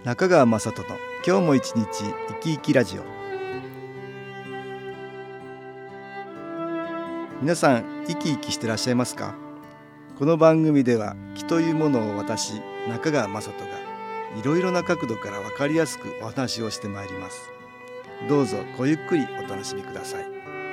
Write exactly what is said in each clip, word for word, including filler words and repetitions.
中川雅人の今日も一日生き生きラジオ。皆さん生き生きしてらっしゃいますか？この番組では気というものを私中川雅人がいろいろな角度から分かりやすくお話をしてまいります。どうぞごゆっくりお楽しみください。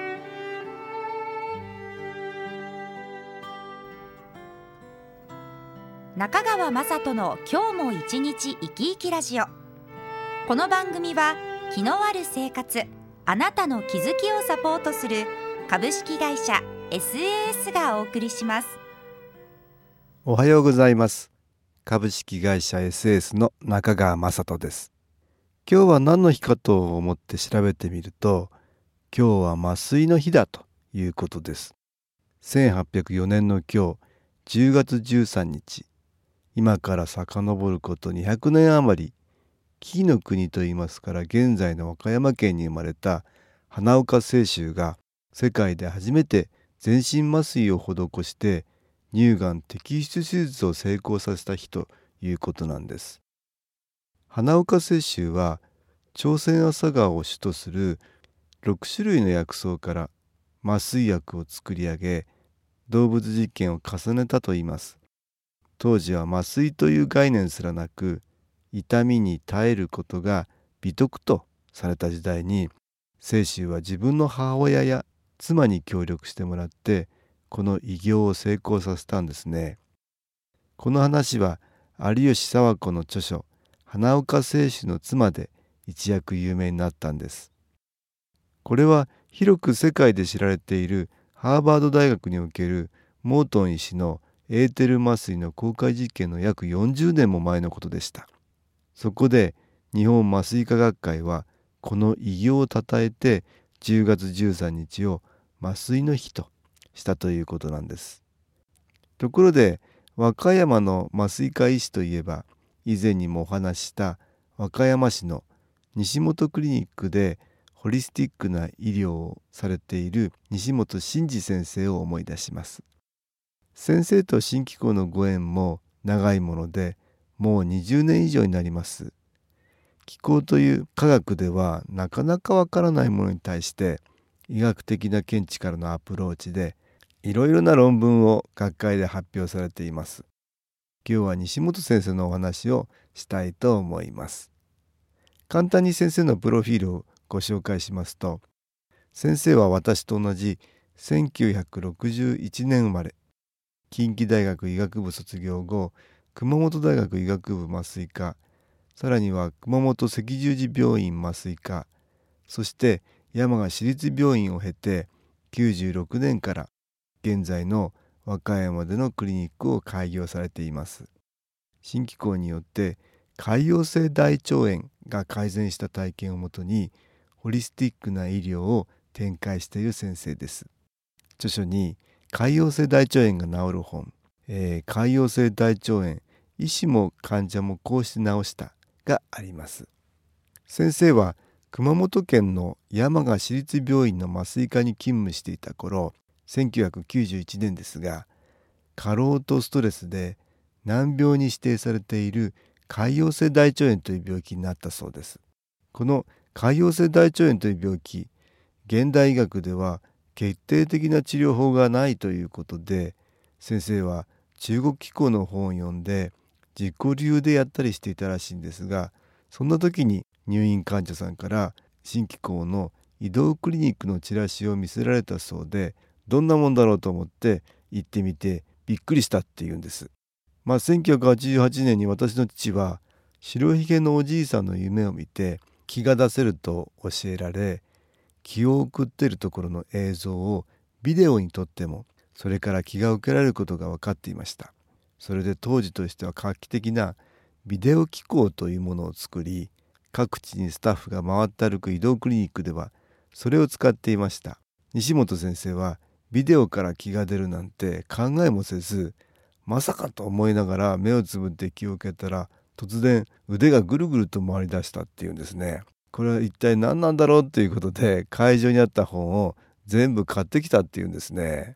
中川雅人の今日も一日生き生きラジオ。この番組は気のある生活、あなたの気づきをサポートする株式会社 エスエーエス がお送りします。 おはようございます。株式会社 エスエーエス の中川雅人です。今日は何の日かと思って調べてみると、今日は麻酔の日だということです。せんはっぴゃくよねんの今日じゅうがつじゅうさんにち、今から遡ることにひゃくねん余り、紀伊の国といいますから現在の和歌山県に生まれた花岡清舟が世界で初めて全身麻酔を施して乳がん摘出手術を成功させた日ということなんです。花岡清舟は朝鮮朝顔を主とするろくしゅるいの薬草から麻酔薬を作り上げ、動物実験を重ねたといいます。当時は麻酔という概念すらなく、痛みに耐えることが美徳とされた時代に、清舟は自分の母親や妻に協力してもらってこの偉業を成功させたんですね。この話は有吉佐和子の著書花岡清舟の妻で一躍有名になったんです。これは広く世界で知られているハーバード大学におけるモートン医師のエーテル麻酔の公開実験の約よんじゅうねんも前のことでした。そこで日本麻酔科学会はこの偉業をたたえてじゅうがつじゅうさんにちを麻酔の日としたということなんです。ところで和歌山の麻酔科医師といえば、以前にもお話しした和歌山市の西本クリニックでホリスティックな医療をされている西本真二先生を思い出します。先生と新機構のご縁も長いもので、もうにじゅうねん以上になります。気候という科学ではなかなかわからないものに対して医学的な見地からのアプローチでいろいろな論文を学会で発表されています。今日は西本先生のお話をしたいと思います。簡単に先生のプロフィールをご紹介しますと、先生は私と同じせんきゅうひゃくろくじゅういちねん生まれ、近畿大学医学部卒業後、熊本大学医学部麻酔科、さらには熊本赤十字病院麻酔科、そして山賀市立病院を経てきゅうじゅうろくねんから現在の和歌山でのクリニックを開業されています。新機構によって潰瘍性大腸炎が改善した体験をもとにホリスティックな医療を展開している先生です。著書に潰瘍性大腸炎が治る本、えー、潰瘍性大腸炎、医師も患者もこうして治したがあります。先生は熊本県の山賀市立病院の麻酔科に勤務していた頃、せんきゅうひゃくきゅうじゅういちねんですが、過労とストレスで難病に指定されている潰瘍性大腸炎という病気になったそうです。この潰瘍性大腸炎という病気、現代医学では決定的な治療法がないということで、先生は中国機構の本を読んで自己流でやったりしていたらしいんですが、そんな時に入院患者さんから新機構の移動クリニックのチラシを見せられたそうで、どんなもんだろうと思って行ってみてびっくりしたっていうんです。まあ、せんきゅうひゃくはちじゅうはちねんに私の父は白ひげのおじいさんの夢を見て気が出せると教えられ、気を送っているところの映像をビデオに撮ってもそれから気が受けられることが分かっていました。それで当時としては画期的なビデオ機構というものを作り、各地にスタッフが回って歩く移動クリニックではそれを使っていました。西本先生はビデオから気が出るなんて考えもせず、まさかと思いながら目をつぶって気を受けたら、突然腕がぐるぐると回り出したっていうんですね。これは一体何なんだろうということで、会場にあった本を全部買ってきたっていうんですね。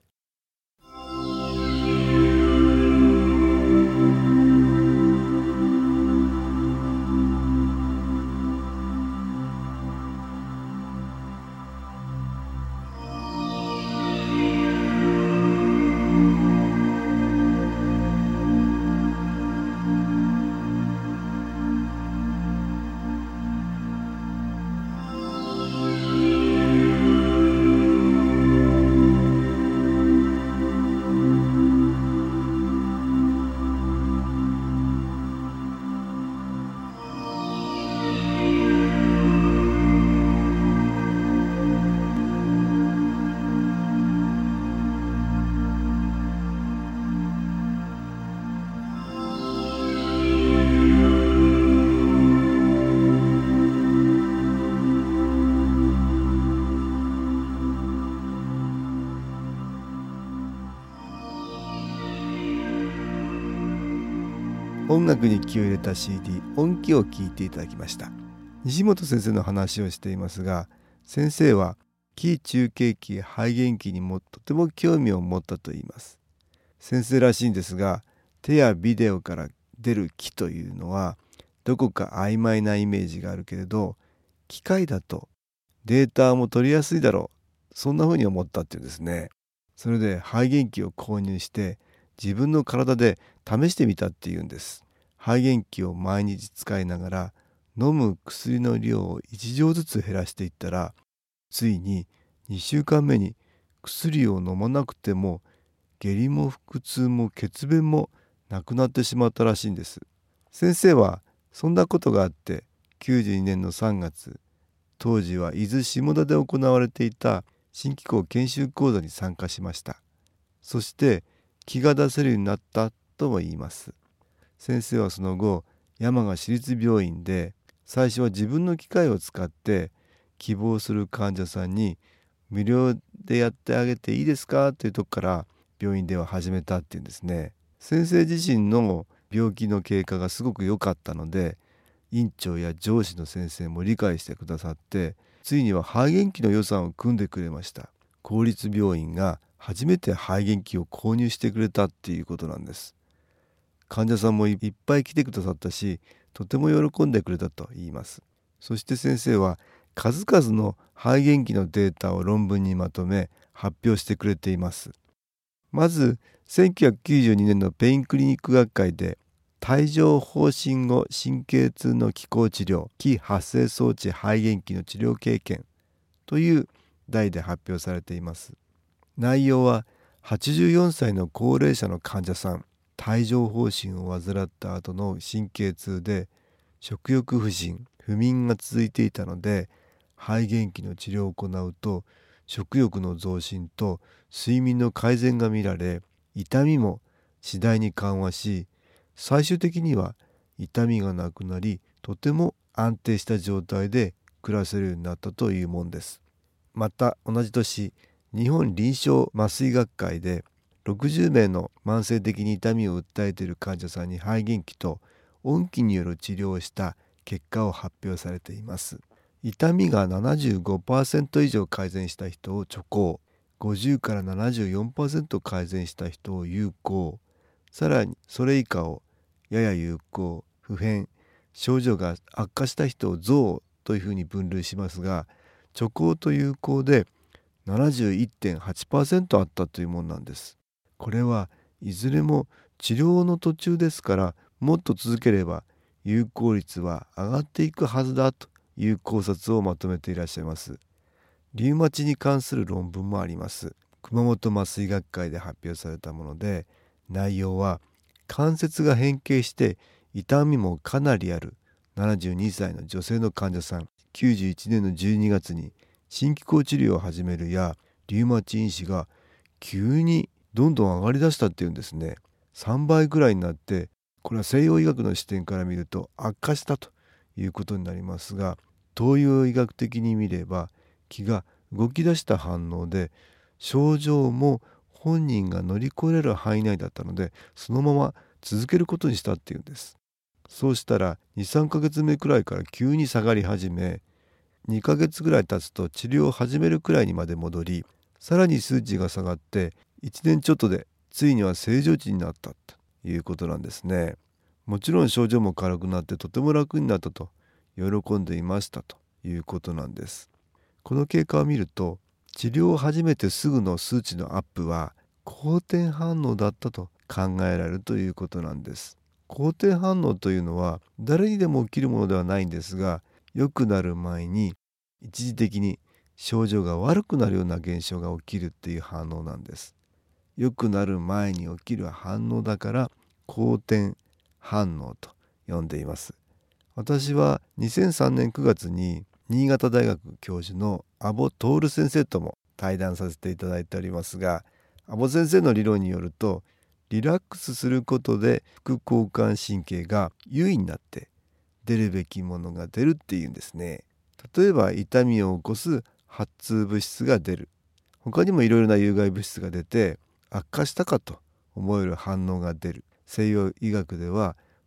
音楽に気を入れた シーディー 音気を聴いていただきました。西本先生の話をしていますが、先生は気中継機肺元気にもとても興味を持ったといいます。先生らしいんですが、手やビデオから出る気というのはどこか曖昧なイメージがあるけれど、機械だとデータも取りやすいだろう、そんな風に思ったっていうんですね。それで肺元気を購入して自分の体で試してみたっていうんです。肺元気を毎日使いながら飲む薬の量をいち錠ずつ減らしていったら、ついににしゅうかんめに薬を飲まなくても下痢も腹痛も血便もなくなってしまったらしいんです。先生はそんなことがあってきゅうじゅうにねんのさんがつ、当時は伊豆下田で行われていた新機構研修講座に参加しました。そして気が出せるようになったとも言います。先生はその後、山鹿市立病院で最初は自分の機械を使って希望する患者さんに無料でやってあげていいですかというとこから病院では始めたっていうんですね。先生自身の病気の経過がすごく良かったので、院長や上司の先生も理解してくださって、ついには肺元気の予算を組んでくれました。公立病院が初めて肺元気を購入してくれたっていうことなんです。患者さんもいっぱい来てくださったし、とても喜んでくれたと言います。そして先生は数々の肺元気のデータを論文にまとめ発表してくれています。まずせんきゅうひゃくきゅうじゅうにねんのペインクリニック学会で帯状疱疹後神経痛の気候治療、気発生装置肺元気の治療経験という題で発表されています。内容ははちじゅうよんさいの高齢者の患者さん、帯状疱疹を患った後の神経痛で食欲不振、不眠が続いていたので、肺元気の治療を行うと食欲の増進と睡眠の改善が見られ、痛みも次第に緩和し、最終的には痛みがなくなり、とても安定した状態で暮らせるようになったというもんです。また同じ年、日本臨床麻酔学会でろくじゅうめいの慢性的に痛みを訴えている患者さんに肺元気と音気による治療をした結果を発表されています。痛みが ななじゅうごパーセント 以上改善した人を著効、ごじゅうから ななじゅうよんパーセント 改善した人を有効、さらにそれ以下をやや有効、不変、症状が悪化した人を増というふうに分類しますが、著効と有効で ななじゅういってんはちパーセント あったというものなんです。これはいずれも治療の途中ですから、もっと続ければ有効率は上がっていくはずだという考察をまとめていらっしゃいます。リウマチに関する論文もあります。熊本麻酔学会で発表されたもので、内容は関節が変形して痛みもかなりあるななじゅうにさいの女性の患者さん、きゅうじゅういちねんのじゅうにがつに新機構治療を始めるや、リウマチ因子が急にどんどん上がりだしたっていうんですね。さんばいぐらいになって、これは西洋医学の視点から見ると悪化したということになりますが、東洋医学的に見れば気が動き出した反応で、症状も本人が乗り越えられる範囲内だったので、そのまま続けることにしたっていうんです。そうしたら にさんかげつめくらいから急に下がり始め、にかげつぐらい経つと治療を始めるくらいにまで戻り、さらに数値が下がっていちねんちょっとでついには正常値になったということなんですね。もちろん症状も軽くなってとても楽になったと喜んでいましたということなんです。この経過を見ると、治療を始めてすぐの数値のアップは好転反応だったと考えられるということなんです。好転反応というのは誰にでも起きるものではないんですが、良くなる前に一時的に症状が悪くなるような現象が起きるっていう反応なんです。良くなる前に起きる反応だから好転反応と呼んでいます。私はにせんさんねんくがつに新潟大学教授の阿保徹先生とも対談させていただいておりますが、阿保先生の理論によると、リラックスすることで副交感神経が優位になって出るべきものが出るっていうんですね。例えば痛みを起こす発痛物質が出る、他にもいろいろな有害物質が出て悪化したかと思える反応が出る。西洋医学では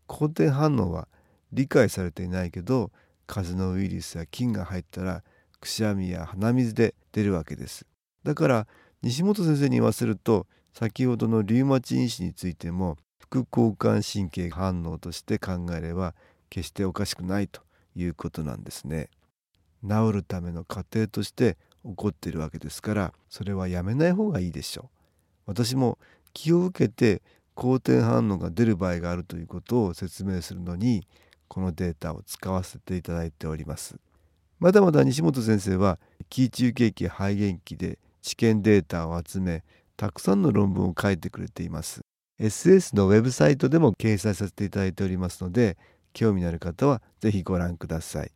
好転反応は理解されていないけど、風邪のウイルスや菌が入ったらくしゃみや鼻水で出るわけです。だから西本先生に言わせると、先ほどのリウマチ因子についても副交感神経反応として考えれば決しておかしくないということなんですね。治るための過程として起こっているわけですから、それはやめない方がいいでしょう。私も気を受けて好転反応が出る場合があるということを説明するのに、このデータを使わせていただいております。まだまだ西本先生は気中景気肺元気で治験データを集め、たくさんの論文を書いてくれています。エスエス のウェブサイトでも掲載させていただいておりますので、興味のある方はぜひご覧ください。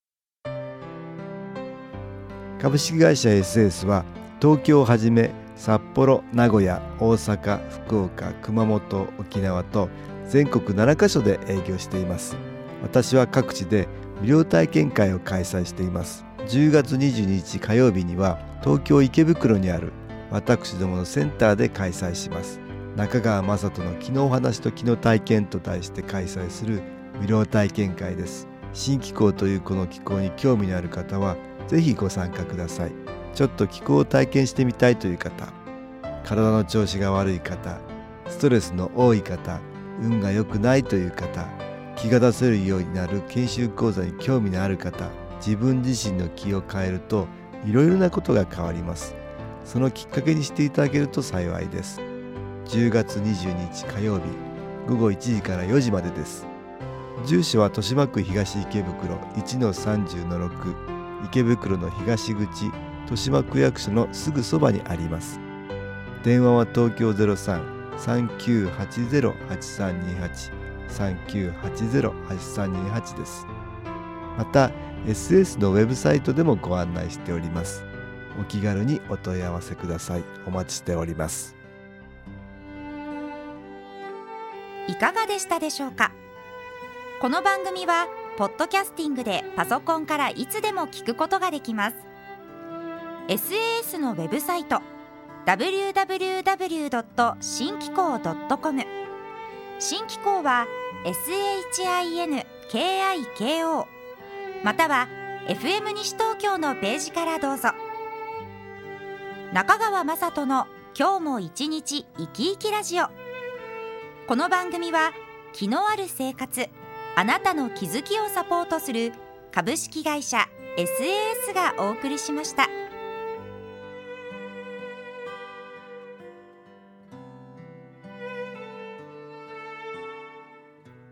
株式会社 エスエス は東京をはじめ札幌、名古屋、大阪、福岡、熊本、沖縄と全国ななカ所で営業しています。私は各地で無料体験会を開催しています。じゅうがつにじゅうににち火曜日には東京池袋にある私どものセンターで開催します。中川雅人の気のお話と気の体験と題して開催する無料体験会です。新気候というこの気候に興味のある方はぜひご参加ください。ちょっと気候を体験してみたいという方、体の調子が悪い方、ストレスの多い方、運が良くないという方、気が出せるようになる研修講座に興味のある方、自分自身の気を変えるといろいろなことが変わります。そのきっかけにしていただけると幸いです。じゅうがつにじゅうににち火曜日、ごごいちじからよじまでです。住所は豊島区東池袋 いちのさんじゅうのろく、池袋の東口豊島区役所のすぐそばにあります。電話は東京 ゼロさん さんきゅうはちゼロ はちさんにはち さんきゅうはちゼロ はちさんにはち です。また エスエス のウェブサイトでもご案内しております。お気軽にお問い合わせください。お待ちしております。 いかがでしたでしょうか。この番組はポッドキャスティングでパソコンからいつでも聞くことができます。 エスエーエス のウェブサイト ダブリューダブリューダブリュードットシンキコードットコム、 新気候は エスエイチアイエヌケーアイケーオー または エフエム 西東京のページからどうぞ。中川雅人の今日も一日生き生きラジオ。この番組は気のある生活、あなたの気づきをサポートする株式会社 エスエーエス がお送りしました。